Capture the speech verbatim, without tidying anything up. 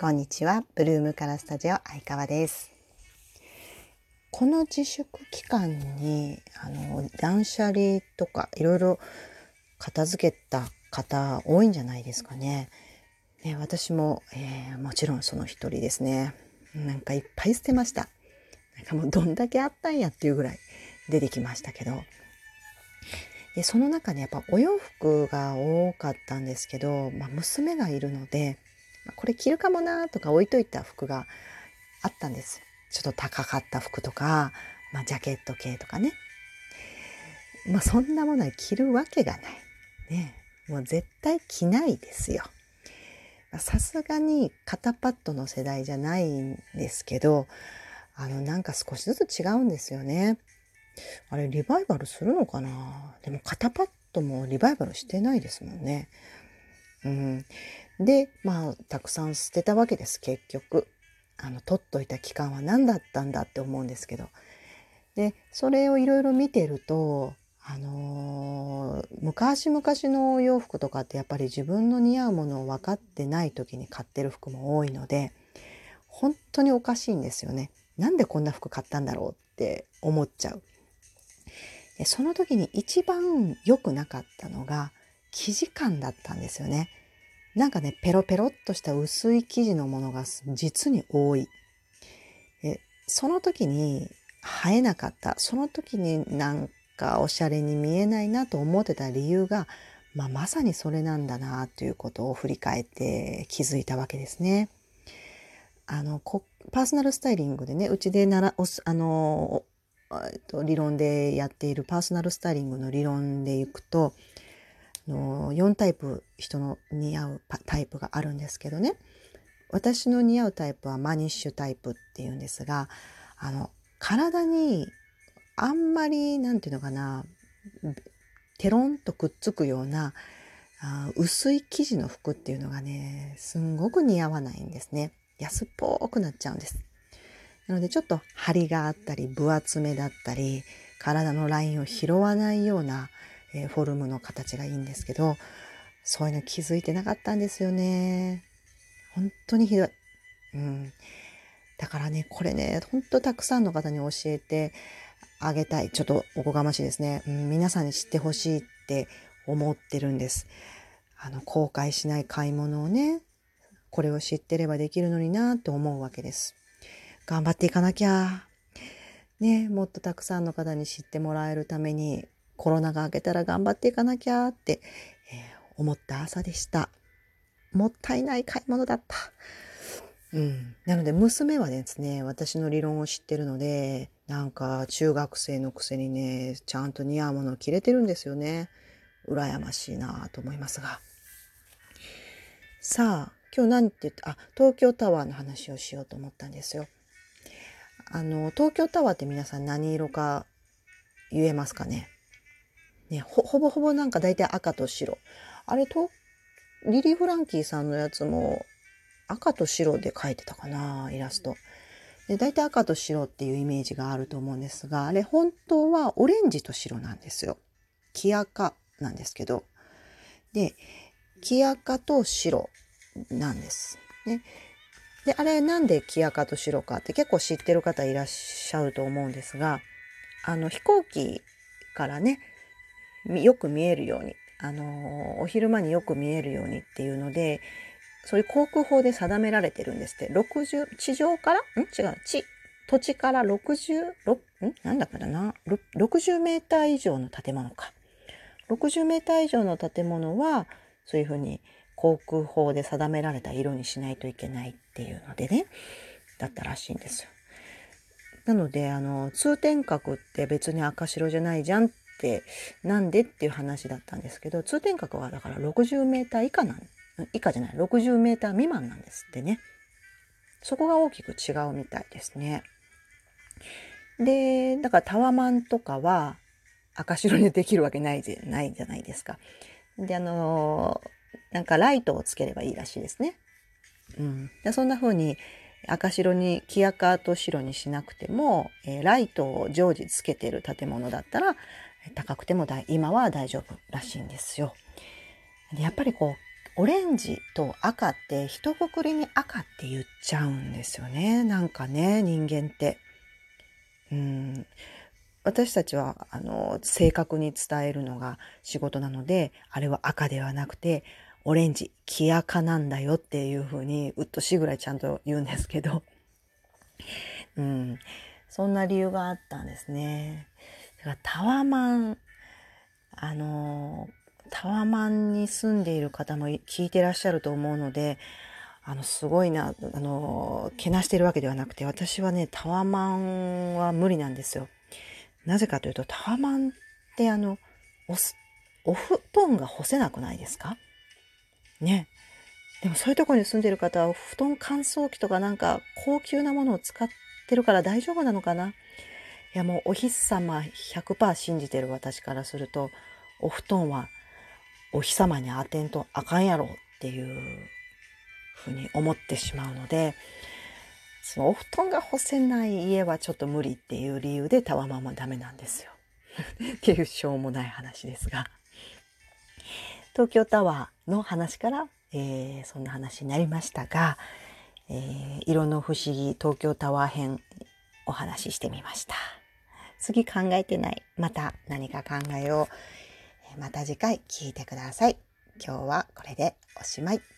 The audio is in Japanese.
こんにちは。ブルームカラースタジオ相川です。この自粛期間にあの断捨離とかいろいろ片付けた方多いんじゃないですかね。ね、私も、えー、もちろんその一人ですね。なんかいっぱい捨てました。なんかもうどんだけあったんやっていうぐらい出てきましたけど。でその中にやっぱお洋服が多かったんですけど、まあ、娘がいるので、まあこれ着るかもなとか置いといた服があったんです。ちょっと高かった服とか、まあ、ジャケット系とかね。まあそんなものは着るわけがない。ね。もう絶対着ないですよ。さすがに肩パッドの世代じゃないんですけど、あのなんか少しずつ違うんですよね。あれリバイバルするのかな。でも肩パッドもリバイバルしてないですもんね。うん。で、まあたくさん捨てたわけです、結局。あの取っといた期間は何だったんだって思うんですけど。でそれをいろいろ見てると、あのー昔々のお洋服とかってやっぱり自分の似合うものを分かってない時に買ってる服も多いので、本当におかしいんですよね。なんでこんな服買ったんだろうって思っちゃう。でその時に一番良くなかったのが生地感だったんですよね。なんかね、ペロペロっとした薄い生地のものが実に多い。でその時に映えなかった。その時になんかおしゃれに見えないなと思ってた理由が、まあ、まさにそれなんだなということを振り返って気づいたわけですね。あのこパーソナルスタイリングでね、うちでならおすあのえっと理論でやっているパーソナルスタイリングの理論でいくと、あのよんタイプ人の似合うタイプがあるんですけどね、私の似合うタイプはマニッシュタイプっていうんですが、あの体にあんまりなんていうのかな、テロンとくっつくようなあ薄い生地の服っていうのがね、すんごく似合わないんですね。安っぽくなっちゃうんです。なのでちょっと張りがあったり分厚めだったり、体のラインを拾わないような、えーフォルムの形がいいんですけど、そういうの気づいてなかったんですよね。本当にひどい。うん。だからね、これね、ほんとたくさんの方に教えてあげたい。ちょっとおこがましいですね。うん、皆さんに知ってほしいって思ってるんです。あの、後悔しない買い物をね、これを知ってればできるのになと思うわけです。頑張っていかなきゃ。ね、もっとたくさんの方に知ってもらえるために、コロナが明けたら頑張っていかなきゃって、えー思った朝でした。もったいない買い物だった。うん、なので娘はですね、私の理論を知ってるので、なんか中学生のくせにね、ちゃんと似合うものを着れてるんですよね。羨ましいなと思いますが。さあ、今日何て言った、あ、東京タワーの話をしようと思ったんですよ。あの、東京タワーって皆さん何色か言えますかね。ね、ほ、ほぼほぼなんか大体赤と白。あれと、リリー・フランキーさんのやつも赤と白で描いてたかな、イラスト。で、大体赤と白っていうイメージがあると思うんですが、あれ本当はオレンジと白なんですよ。黄赤なんですけど。で、黄赤と白なんです。ね。で、あれなんで黄赤と白かって結構知ってる方いらっしゃると思うんですが、あの飛行機からね、よく見えるように、あのお昼間によく見えるようにっていうので、そういう航空法で定められてるんですって。ろくじゅう、地上からん違う、地、土地からろくじゅう、ろんなんだからな、ろくじゅうメーター以上の建物か。ろくじゅうメーター以上の建物は、そういうふうに航空法で定められた色にしないといけないっていうのでね、だったらしいんですよ。なので、あの、通天閣って別に赤白じゃないじゃんって、なんでっていう話だったんですけど、通天閣はだからろくじゅうメーター以下なん、以下じゃない、ろくじゅうメーター未満なんですってね。そこが大きく違うみたいですね。で、だからタワマンとかは赤白にできるわけないじゃないじゃないですか。で、あのなんかライトをつければいいらしいですね。うん。でそんな風に赤白に、黄赤と白にしなくても、えーライトを常時つけてる建物だったら、高くてもだ今は大丈夫らしいんですよ。でやっぱりこう、 オレンジと赤って一括りに赤って言っちゃうんですよね。なんかね、人間って。うん、私たちはあの正確に伝えるのが仕事なので、あれは赤ではなくてオレンジ、黄赤なんだよっていうふうにうっとしいぐらいちゃんと言うんですけど、うん、そんな理由があったんですね。だからタワマン、あのタワマンに住んでいる方も聞いてらっしゃると思うので、あのすごいな、あのけなしてるわけではなくて、私はねタワマンは無理なんですよ。なぜかというと、タワマンってあのおすお布団が干せなくないですかね。でもそういうところに住んでる方は布団乾燥機とかなんか高級なものを使ってるから大丈夫なのかな。いやもうお日様 ひゃくパーセント 信じてる私からすると、お布団はお日様に当てんとあかんやろっていうふうに思ってしまうので、そのお布団が干せない家はちょっと無理っていう理由でタワマンはダメなんですよっていうしょうもない話ですが、東京タワーの話から、えーそんな話になりましたが、えー色の不思議東京タワー編お話ししてみました。次考えてない。また何か考えよう。また次回聞いてください。今日はこれでおしまい。